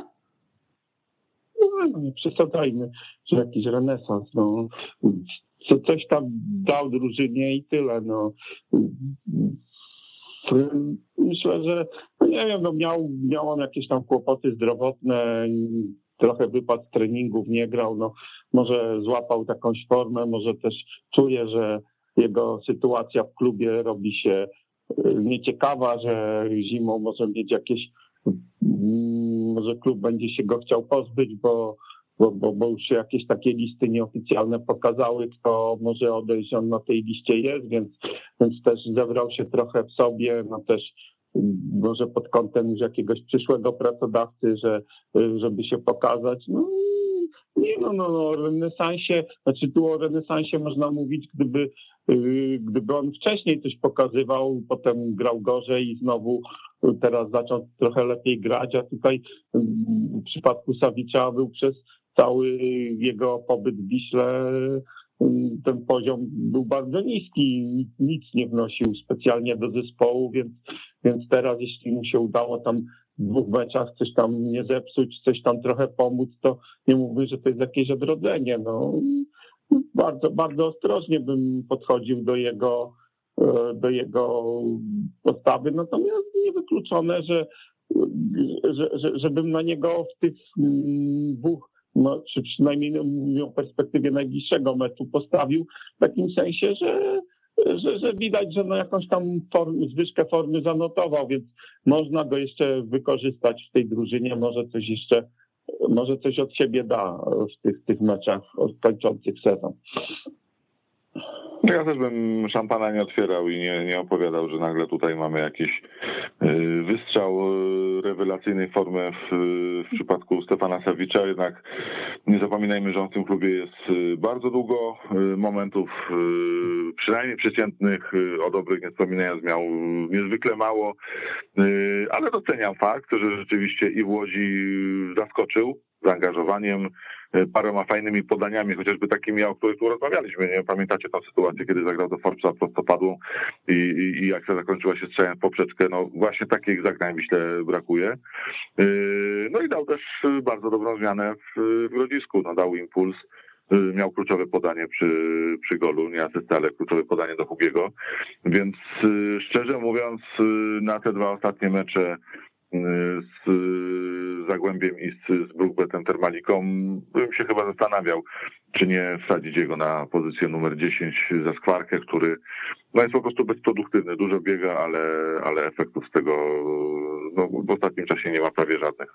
Nie przesadzajmy, że jakiś renesans. Coś tam dał drużynie i tyle. Myślę, że nie wiem, miał on jakieś tam kłopoty zdrowotne, trochę wypadł z treningów, nie grał, może złapał jakąś formę, może też czuje, że jego sytuacja w klubie robi się nieciekawa, że zimą może mieć może klub będzie się go chciał pozbyć, bo już się jakieś takie listy nieoficjalne pokazały, kto może odejść, on na tej liście jest, więc też zebrał się trochę w sobie, też może pod kątem już jakiegoś przyszłego pracodawcy, żeby się pokazać. O renesansie, tu o renesansie można mówić, gdyby on wcześniej coś pokazywał, potem grał gorzej i znowu teraz zaczął trochę lepiej grać, a tutaj w przypadku Sawicza był przez cały jego pobyt w Wiśle, ten poziom był bardzo niski, nic nie wnosił specjalnie do zespołu, więc teraz jeśli mu się udało tam w 2 meczach coś tam nie zepsuć, coś tam trochę pomóc, to nie mówię, że to jest jakieś odrodzenie. Bardzo, bardzo ostrożnie bym podchodził do jego postawy, natomiast niewykluczone, żebym na niego w tych 2, czy przynajmniej w perspektywie najbliższego meczu postawił, w takim sensie, że widać, że jakąś tam zwyżkę formy zanotował, więc można go jeszcze wykorzystać w tej drużynie, może coś od siebie da w tych meczach kończących sezon. Ja też bym szampana nie otwierał i nie opowiadał, że nagle tutaj mamy jakiś wystrzał rewelacyjnej formy w przypadku Stefana Sawicza, jednak nie zapominajmy, że on w tym klubie jest bardzo długo, momentów przynajmniej przeciętnych, o dobrych nie wspominając, miał niezwykle mało, ale doceniam fakt, że rzeczywiście i w Łodzi zaskoczył zaangażowaniem, paroma fajnymi podaniami, chociażby takimi, o których tu rozmawialiśmy. Nie pamiętacie tę sytuację, kiedy zagrał do Forbesa prostopadłą i akcja zakończyła się strzałem w poprzeczkę. Właśnie takich zagrań myślę brakuje. I dał też bardzo dobrą zmianę w Grodzisku. Dał impuls, miał kluczowe podanie przy golu, nie asystę, ale kluczowe podanie do Hugiego. Więc szczerze mówiąc, na te 2 ostatnie mecze z Zagłębiem i z Brukbetem Termaliką bym się chyba zastanawiał, czy nie wsadzić jego na pozycję numer 10 za Skwarkę, który jest po prostu bezproduktywny, dużo biega, ale efektów z tego w ostatnim czasie nie ma prawie żadnych.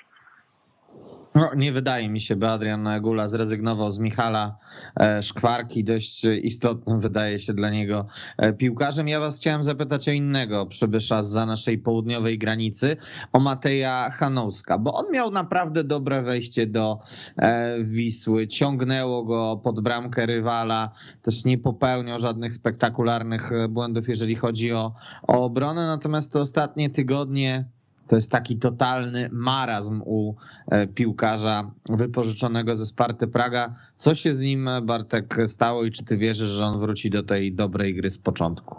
Nie wydaje mi się, by Adrian Gula zrezygnował z Michala Szkwarki, dość istotnym wydaje się dla niego piłkarzem. Ja was chciałem zapytać o innego przybysza zza naszej południowej granicy, o Mateja Hanouska, bo on miał naprawdę dobre wejście do Wisły, ciągnęło go pod bramkę rywala, też nie popełniał żadnych spektakularnych błędów, jeżeli chodzi o obronę, natomiast te ostatnie tygodnie to jest taki totalny marazm u piłkarza wypożyczonego ze Sparty Praga. Co się z nim, Bartek, stało i czy ty wierzysz, że on wróci do tej dobrej gry z początku?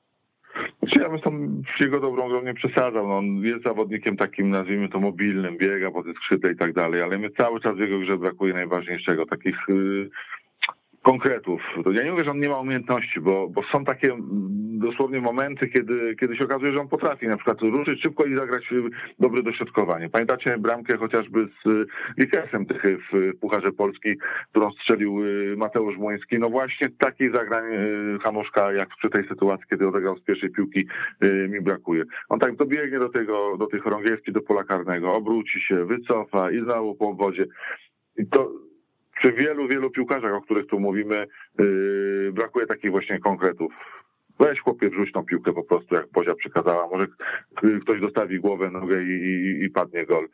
Ja bym tam jego dobrą grą nie przesadzał. On jest zawodnikiem takim, nazwijmy to, mobilnym, biega po tych skrzydle i tak dalej, ale mnie cały czas w jego grze brakuje najważniejszego, takich konkretów. Ja nie mówię, że on nie ma umiejętności, bo są takie dosłownie momenty, kiedy się okazuje, że on potrafi na przykład ruszyć szybko i zagrać dobre dośrodkowanie. Pamiętacie bramkę chociażby z Wikesem Tychy w Pucharze Polski, którą strzelił Mateusz Młyński. Właśnie takich zagrań Hanuszka, jak przy tej sytuacji, kiedy odegrał z pierwszej piłki, mi brakuje. On tak dobiegnie do tej chorągiewki, do pola karnego, obróci się, wycofa i znowu po obwodzie. I to przy wielu piłkarzach, o których tu mówimy, brakuje takich właśnie konkretów. Weź chłopie, wrzuć tą piłkę po prostu, jak Bozia przekazała. Może ktoś dostawi głowę, nogę i padnie gol.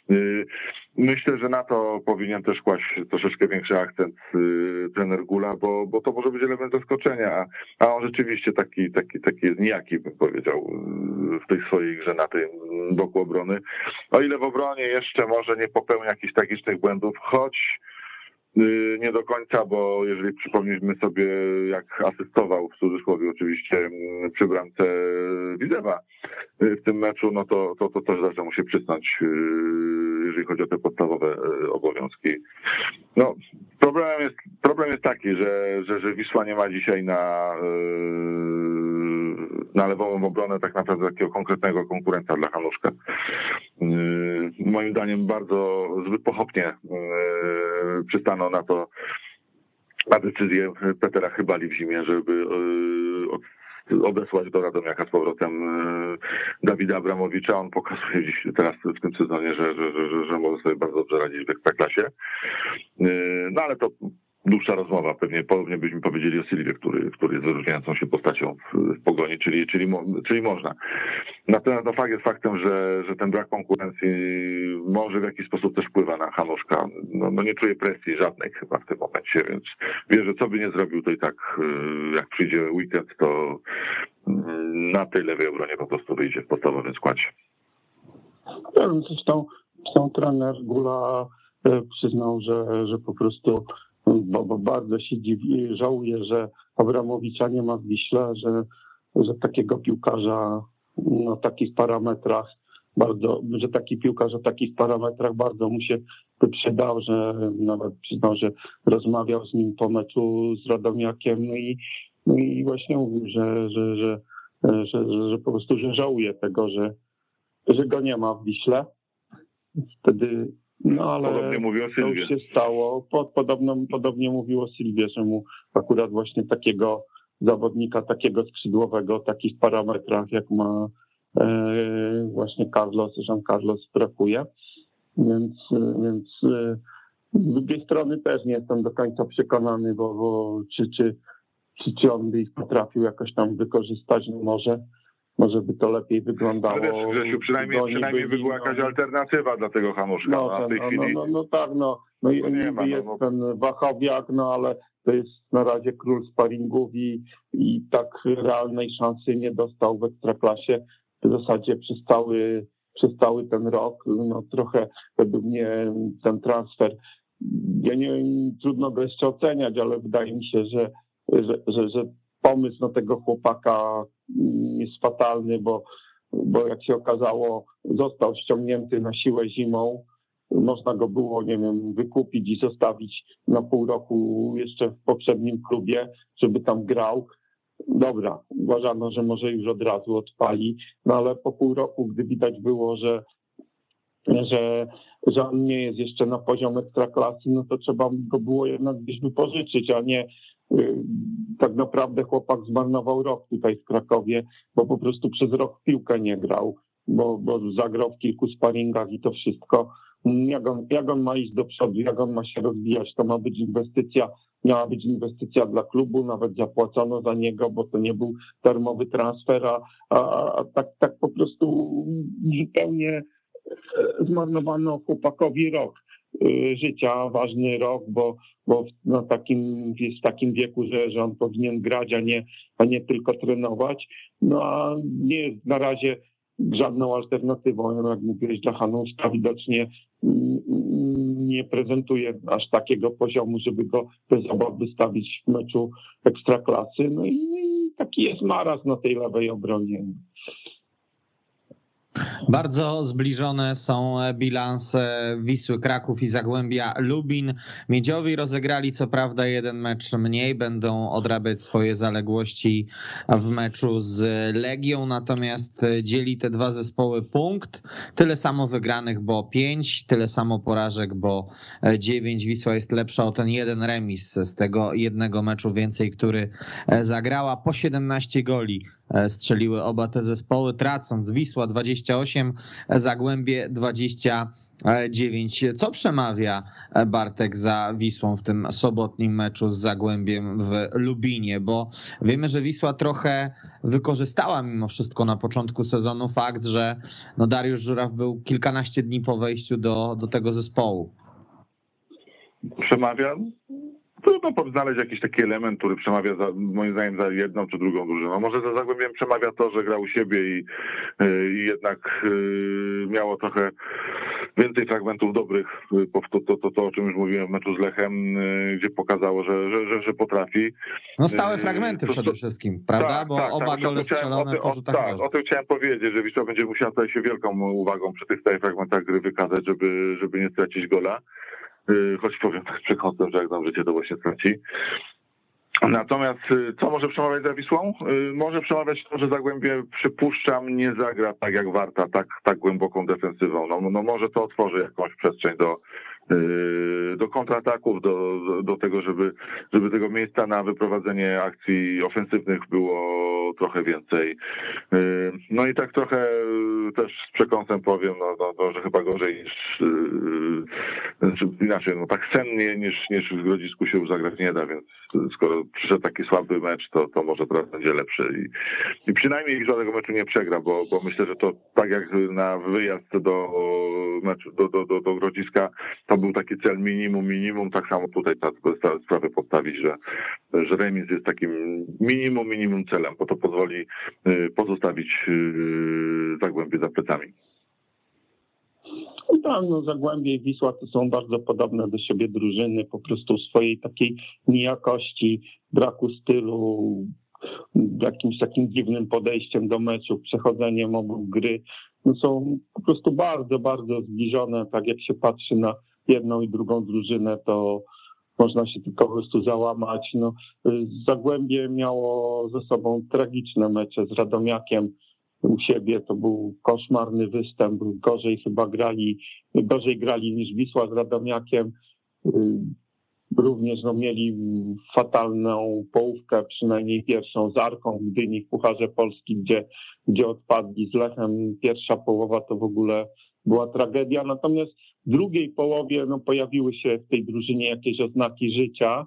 Myślę, że na to powinien też kłaść troszeczkę większy akcent trener Gula, bo to może być element zaskoczenia, a on rzeczywiście taki jest nijaki, bym powiedział, w tej swojej grze na tym boku obrony. O ile w obronie jeszcze może nie popełnia jakichś tragicznych błędów, choć nie do końca, bo jeżeli przypomnimy sobie, jak asystował, w cudzysłowie oczywiście, przy bramce Widzewa w tym meczu, to też zawsze musi przysnąć, jeżeli chodzi o te podstawowe obowiązki. Problem jest taki, że Wisła nie ma dzisiaj na lewą obronę tak naprawdę takiego konkretnego konkurenta dla Hanuszka. Moim zdaniem bardzo zbyt pochopnie przystano na decyzję Petera Chybali w zimie, żeby odesłać do Radomiaka z powrotem Dawida Abramowicza. On pokazuje dziś teraz w tym sezonie, że może sobie bardzo dobrze radzić w Ekstraklasie. Ale to dłuższa rozmowa, pewnie podobnie byśmy powiedzieli o Silwie, który jest wyróżniającą się postacią w Pogoni, czyli można. Natomiast fakt jest faktem, że ten brak konkurencji może w jakiś sposób też wpływa na Hanuszka. No nie czuje presji żadnej chyba w tym momencie, więc wie, że co by nie zrobił, to i tak jak przyjdzie weekend, to na tej lewej obronie po prostu wyjdzie w podstawowym składzie. Zresztą trener Gula przyznał, że po prostu bo bardzo się dziwi, żałuje, że Abramowicza nie ma w Wiśle, że takiego piłkarza na takich parametrach że taki piłkarz o takich parametrach bardzo mu się przydał, że nawet przyznał, że rozmawiał z nim po meczu z Radomiakiem, no i właśnie mówił, że po prostu że żałuje tego, że go nie ma w Wiśle. Wtedy ale podobnie mówił o to Sylwie. już się stało. Podobnie mówił o Sylwie, że mu akurat właśnie takiego zawodnika, takiego skrzydłowego, o takich parametrach, jak ma właśnie Jean Carlos brakuje. Więc z drugiej strony też nie jestem do końca przekonany, bo czy on by ich potrafił jakoś tam wykorzystać, no może by to lepiej wyglądało. Ale wiesz, Grzesiu, przynajmniej by była jakaś alternatywa dla tego Hanuszka. W tej chwili. Ten Wachowiak, ale to jest na razie król sparingów i tak realnej szansy nie dostał w Ekstraklasie. W zasadzie przez cały ten rok, trochę według mnie ten transfer, trudno go jeszcze oceniać, ale wydaje mi się, że pomysł na tego chłopaka jest fatalny, bo jak się okazało, został ściągnięty na siłę zimą. Można go było, wykupić i zostawić na pół roku jeszcze w poprzednim klubie, żeby tam grał. Dobra, uważano, że może już od razu odpali, ale po pół roku, gdy widać było, że on nie jest jeszcze na poziom Ekstraklasy, to trzeba go było jednak gdzieś wypożyczyć, a nie tak naprawdę chłopak zmarnował rok tutaj w Krakowie, bo po prostu przez rok w piłkę nie grał, bo zagrał w kilku sparingach i to wszystko. Jak on ma iść do przodu, jak on ma się rozwijać, to miała być inwestycja dla klubu, nawet zapłacono za niego, bo to nie był darmowy transfer, a tak po prostu zupełnie zmarnowano chłopakowi rok życia, ważny rok, bo jest w takim wieku, że on powinien grać, a nie tylko trenować. A nie jest na razie żadną alternatywą, jak mówiłeś, dla Hanuszka widocznie nie prezentuje aż takiego poziomu, żeby go bez obaw wystawić w meczu Ekstraklasy. I taki jest marazm na tej lewej obronie. Bardzo zbliżone są bilanse Wisły Kraków i Zagłębia Lubin. Miedziowi rozegrali co prawda jeden mecz mniej, będą odrabiać swoje zaległości w meczu z Legią, natomiast dzieli te dwa zespoły punkt. Tyle samo wygranych, bo 5, tyle samo porażek, bo 9. Wisła jest lepsza o ten jeden remis z tego jednego meczu więcej, który zagrała. Po 17 goli strzeliły oba te zespoły, tracąc Wisła 28, Zagłębie 29. Co przemawia, Bartek, za Wisłą w tym sobotnim meczu z Zagłębiem w Lubinie? Bo wiemy, że Wisła trochę wykorzystała mimo wszystko na początku sezonu fakt, że Dariusz Żuraw był kilkanaście dni po wejściu do tego zespołu. Przemawia? Trudno znaleźć jakiś taki element, który przemawia moim zdaniem za jedną czy drugą drużyną. Może za Zagłębiem przemawia to, że grał u siebie i jednak miało trochę więcej fragmentów dobrych, to o czym już mówiłem w meczu z Lechem, gdzie pokazało, że potrafi. Stałe fragmenty przede wszystkim, prawda? Bo oba gole strzelone po rzutach rożnych. Tak, o tym chciałem powiedzieć, że Wisła będzie musiała tutaj się wielką uwagą przy tych stałych fragmentach gry wykazać, żeby nie stracić gola. Choć powiem tak z przekąsem, że jak nam życie to właśnie straci. Natomiast co może przemawiać za Wisłą? Może przemawiać to, że Zagłębie, przypuszczam, nie zagra tak jak Warta, tak głęboką defensywą. Może to otworzy jakąś przestrzeń do kontrataków, do tego, żeby tego miejsca na wyprowadzenie akcji ofensywnych było trochę więcej. No i tak trochę też z przekąsem powiem, że chyba gorzej niż, inaczej, tak sennie niż w Grodzisku się już zagrać nie da, więc skoro przyszedł taki słaby mecz, to może teraz będzie lepszy i przynajmniej Wisła tego meczu nie przegra, bo myślę, że to tak jak na wyjazd do Grodziska, to był taki cel minimum, tak samo tutaj trzeba sprawę postawić, że remis jest takim minimum celem, bo to pozwoli pozostawić Zagłębie za plecami. Tak, Zagłębie i Wisła to są bardzo podobne do siebie drużyny, po prostu swojej takiej nijakości, braku stylu, jakimś takim dziwnym podejściem do meczu, przechodzeniem obok gry. Są po prostu bardzo, bardzo zbliżone. Tak jak się patrzy na jedną i drugą drużynę, to można się tylko po prostu załamać. Zagłębie miało ze sobą tragiczne mecze z Radomiakiem u siebie. To był koszmarny występ. Gorzej grali niż Wisła z Radomiakiem. Również mieli fatalną połówkę, przynajmniej pierwszą z Arką w Gdyni w Pucharze Polski, gdzie odpadli z Lechem. Pierwsza połowa to w ogóle była tragedia. Natomiast w drugiej połowie pojawiły się w tej drużynie jakieś oznaki życia.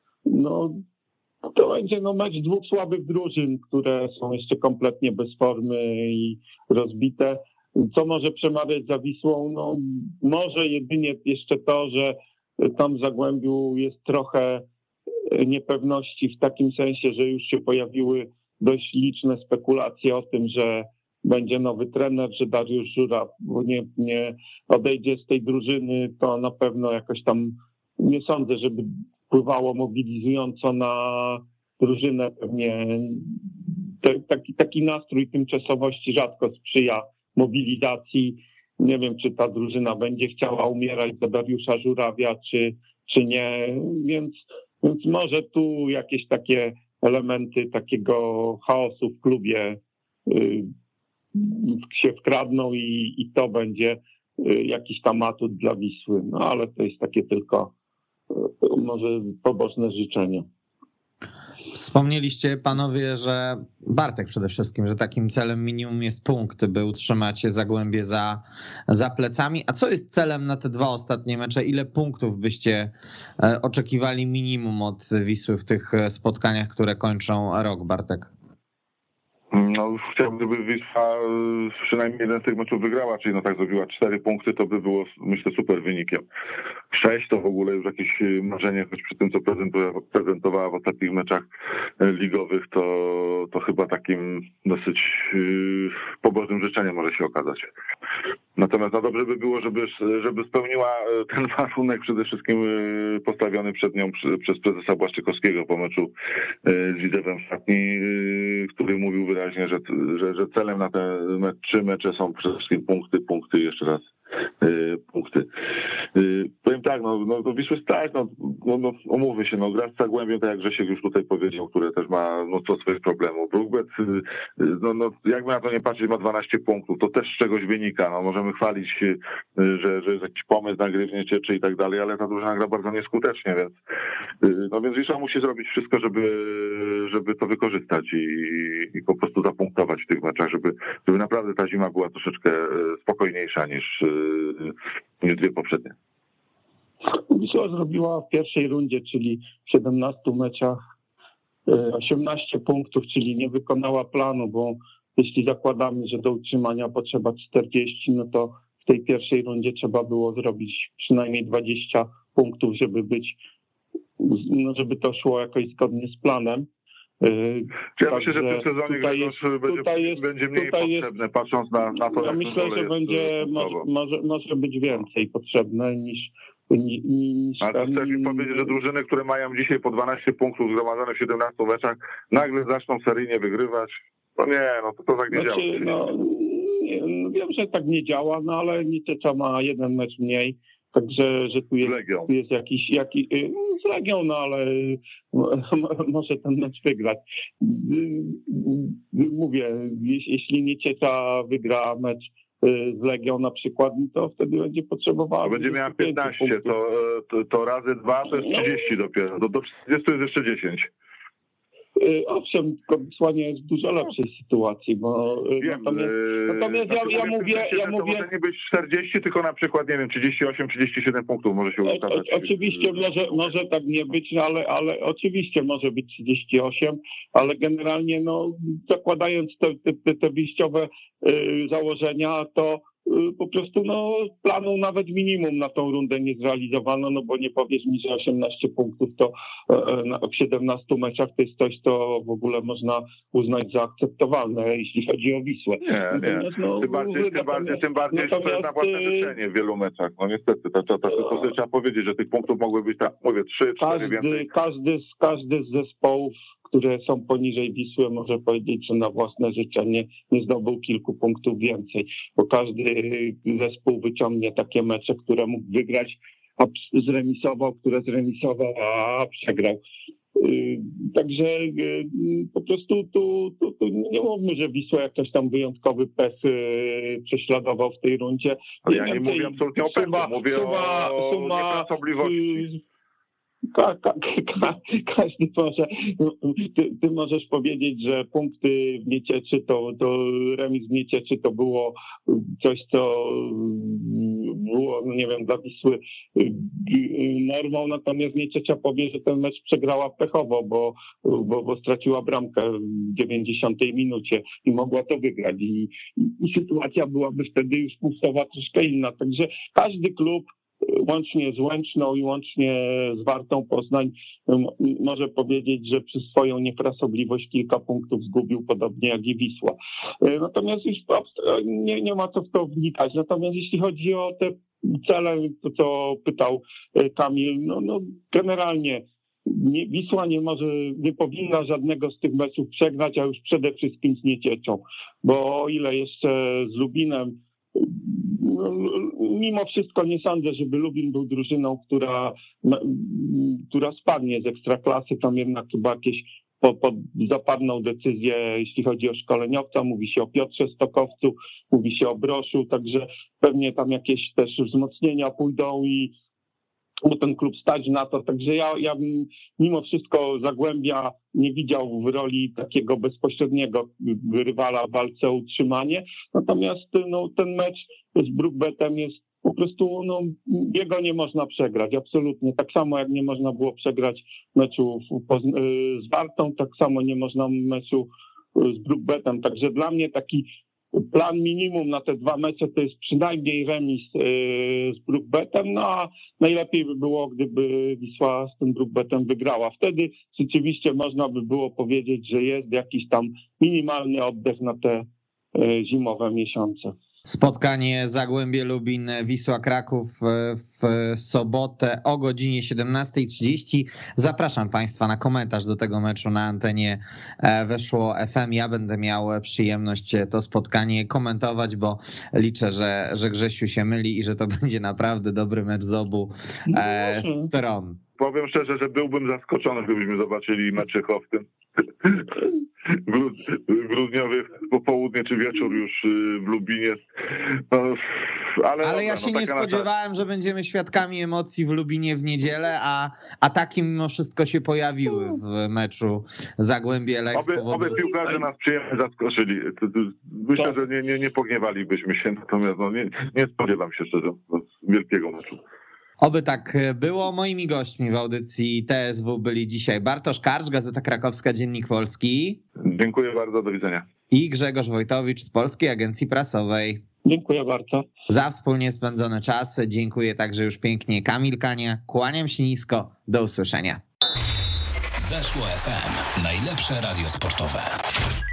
To będzie mecz dwóch słabych drużyn, które są jeszcze kompletnie bez formy i rozbite. Co może przemawiać za Wisłą? Może jedynie jeszcze to, że tam w Zagłębiu jest trochę niepewności w takim sensie, że już się pojawiły dość liczne spekulacje o tym, że będzie nowy trener, że Dariusz Żuraw nie odejdzie z tej drużyny, to na pewno jakoś tam nie sądzę, żeby wpływało mobilizująco na drużynę. Pewnie taki nastrój tymczasowości rzadko sprzyja mobilizacji. Nie wiem, czy ta drużyna będzie chciała umierać za Dariusza Żurawia, czy nie, więc może tu jakieś takie elementy takiego chaosu w klubie się wkradną i to będzie jakiś tam atut dla Wisły. Ale to jest takie tylko może poboczne życzenie. Wspomnieliście panowie, że Bartek przede wszystkim, że takim celem minimum jest punkt, by utrzymać Zagłębie za plecami. A co jest celem na te dwa ostatnie mecze? Ile punktów byście oczekiwali minimum od Wisły w tych spotkaniach, które kończą rok, Bartek? Chciałbym, gdyby Wisła przynajmniej jeden z tych meczów wygrała, czyli tak zrobiła 4 punkty, to by było, myślę, super wynikiem. 6 to w ogóle już jakieś marzenie, choć przy tym, co prezentowała w ostatnich meczach ligowych, to chyba takim dosyć pobożnym życzeniem może się okazać. Natomiast dobrze by było, żeby spełniła ten warunek przede wszystkim postawiony przed nią przez prezesa Błaszczykowskiego po meczu z Widzewem Szatni, który mówił wyraźnie, że celem na te 3 mecze są przede wszystkim punkty, jeszcze raz punkty. Powiem tak, do Wisły stać, omówmy się, gra z Zagłębiem, tak jak Grzesiek już tutaj powiedział, które też ma mnóstwo swoich problemów. Brookbet, jakby na to nie patrzeć, ma 12 punktów, to też z czegoś wynika, możemy chwalić się, że jest jakiś pomysł na gry w niecieczy i tak dalej, ale ta drużyna gra bardzo nieskutecznie, więc Wisła musi zrobić wszystko, żeby to wykorzystać i po prostu zapunktować w tych meczach, żeby naprawdę ta zima była troszeczkę spokojniejsza niż 2 poprzednie. Wisła zrobiła w pierwszej rundzie, czyli w 17 meczach 18 punktów, czyli nie wykonała planu, bo jeśli zakładamy, że do utrzymania potrzeba 40, to w tej pierwszej rundzie trzeba było zrobić przynajmniej 20 punktów, żeby to szło jakoś zgodnie z planem. Ja myślę, że w tym sezonie będzie mniej potrzebne, patrząc na to, ja myślę, że będzie może być więcej potrzebne niż. Ale chcesz mi powiedzieć, że drużyny, które mają dzisiaj po 12 punktów zgromadzone w 17 meczach, nagle zaczną seryjnie wygrywać? To nie, to tak nie działa. Wiem, że tak nie działa, ale Niececza ma 1 mecz mniej. Także, że tu jest jakiś z Legią, ale może ten mecz wygrać. Mówię, jeśli Nieciecha wygra mecz z Legią na przykład, to wtedy będzie potrzebowała. Będzie miała 15, to razy 2 to jest 30 dopiero. Do 40 jest jeszcze 10. Owszem, tylko Wisłanie jest w dużo lepszej sytuacji, bo wiem, natomiast ja mówię... To może nie być 40, tylko na przykład, nie wiem, 38, 37 punktów może się ukazać. Oczywiście może tak nie być, ale oczywiście może być 38, ale generalnie zakładając te wyjściowe założenia, to po prostu planu nawet minimum na tą rundę nie zrealizowano, bo nie powiesz mi, że 18 punktów to w 17 meczach to jest coś, co w ogóle można uznać za akceptowalne, jeśli chodzi o Wisłę. Nie. Tym bardziej jest na własne życzenie w wielu meczach. No niestety, to trzeba powiedzieć, że tych punktów mogły być, tak mówię, 3-4 więcej. Każdy z zespołów, które są poniżej Wisły, może powiedzieć, że na własne życzenie nie zdobył kilku punktów więcej, bo każdy zespół wyciągnie takie mecze, które mógł wygrać, a zremisował, a przegrał. Także po prostu tu nie mówmy, że Wisła jakiś tam wyjątkowy pech prześladował w tej rundzie. Ja nie mówię absolutnie o pechu, mówię o niefrasobliwości. Każdy może, ty możesz powiedzieć, że punkty w Miecieczy to remis w Miecieczy to było coś, co było, nie wiem, dla Wisły normą, natomiast Mieciecia powie, że ten mecz przegrała pechowo, bo straciła bramkę w 90 minucie i mogła to wygrać i sytuacja byłaby wtedy już punktowa troszkę inna, także każdy klub łącznie z Łęczną i łącznie z Wartą Poznań może powiedzieć, że przez swoją niefrasobliwość kilka punktów zgubił, podobnie jak i Wisła. Natomiast już nie ma co w to wnikać. Natomiast jeśli chodzi o te cele, to co pytał Kamil, generalnie Wisła nie powinna żadnego z tych meczów przegrać, a już przede wszystkim z Miecieczą, bo o ile jeszcze z Lubinem mimo wszystko nie sądzę, żeby Lubin był drużyną, która spadnie z Ekstraklasy. Tam jednak chyba jakieś zapadną decyzję, jeśli chodzi o szkoleniowca. Mówi się o Piotrze Stokowcu, mówi się o Broszu, także pewnie tam jakieś też wzmocnienia pójdą i bo ten klub stać na to. Także ja bym mimo wszystko Zagłębia nie widział w roli takiego bezpośredniego rywala w walce o utrzymanie. Natomiast ten mecz z Brookbetem jest po prostu, jego nie można przegrać, absolutnie. Tak samo jak nie można było przegrać meczu z Wartą, tak samo nie można meczu z Brookbetem. Także dla mnie taki plan minimum na te dwa mecze to jest przynajmniej remis z Brookbetem, a najlepiej by było, gdyby Wisła z tym Brookbetem wygrała. Wtedy rzeczywiście można by było powiedzieć, że jest jakiś tam minimalny oddech na te zimowe miesiące. Spotkanie Zagłębie Lubin, Wisła Kraków w sobotę o godzinie 17:30. Zapraszam Państwa na komentarz do tego meczu na antenie Weszło FM. Ja będę miał przyjemność to spotkanie komentować, bo liczę, że Grzesiu się myli i że to będzie naprawdę dobry mecz z obu stron. Powiem szczerze, że byłbym zaskoczony, gdybyśmy zobaczyli meczycho w tym grudniowy popołudnie czy wieczór już w Lubinie. Ale ja się nie spodziewałem, że będziemy świadkami emocji w Lubinie w niedzielę, a takie mimo wszystko się pojawiły w meczu Zagłębie Lech. Oby piłkarze nas przyjemnie zaskoczyli. Myślę, że nie pogniewalibyśmy się, natomiast nie spodziewam się szczerze wielkiego meczu. Oby tak było. Moimi gośćmi w audycji TSW byli dzisiaj Bartosz Karcz, Gazeta Krakowska, Dziennik Polski. Dziękuję bardzo, do widzenia. I Grzegorz Wojtowicz z Polskiej Agencji Prasowej. Dziękuję bardzo. Za wspólnie spędzony czas dziękuję także już pięknie Kamil Kania. Kłaniam się nisko. Do usłyszenia. Weszło FM. Najlepsze radio sportowe.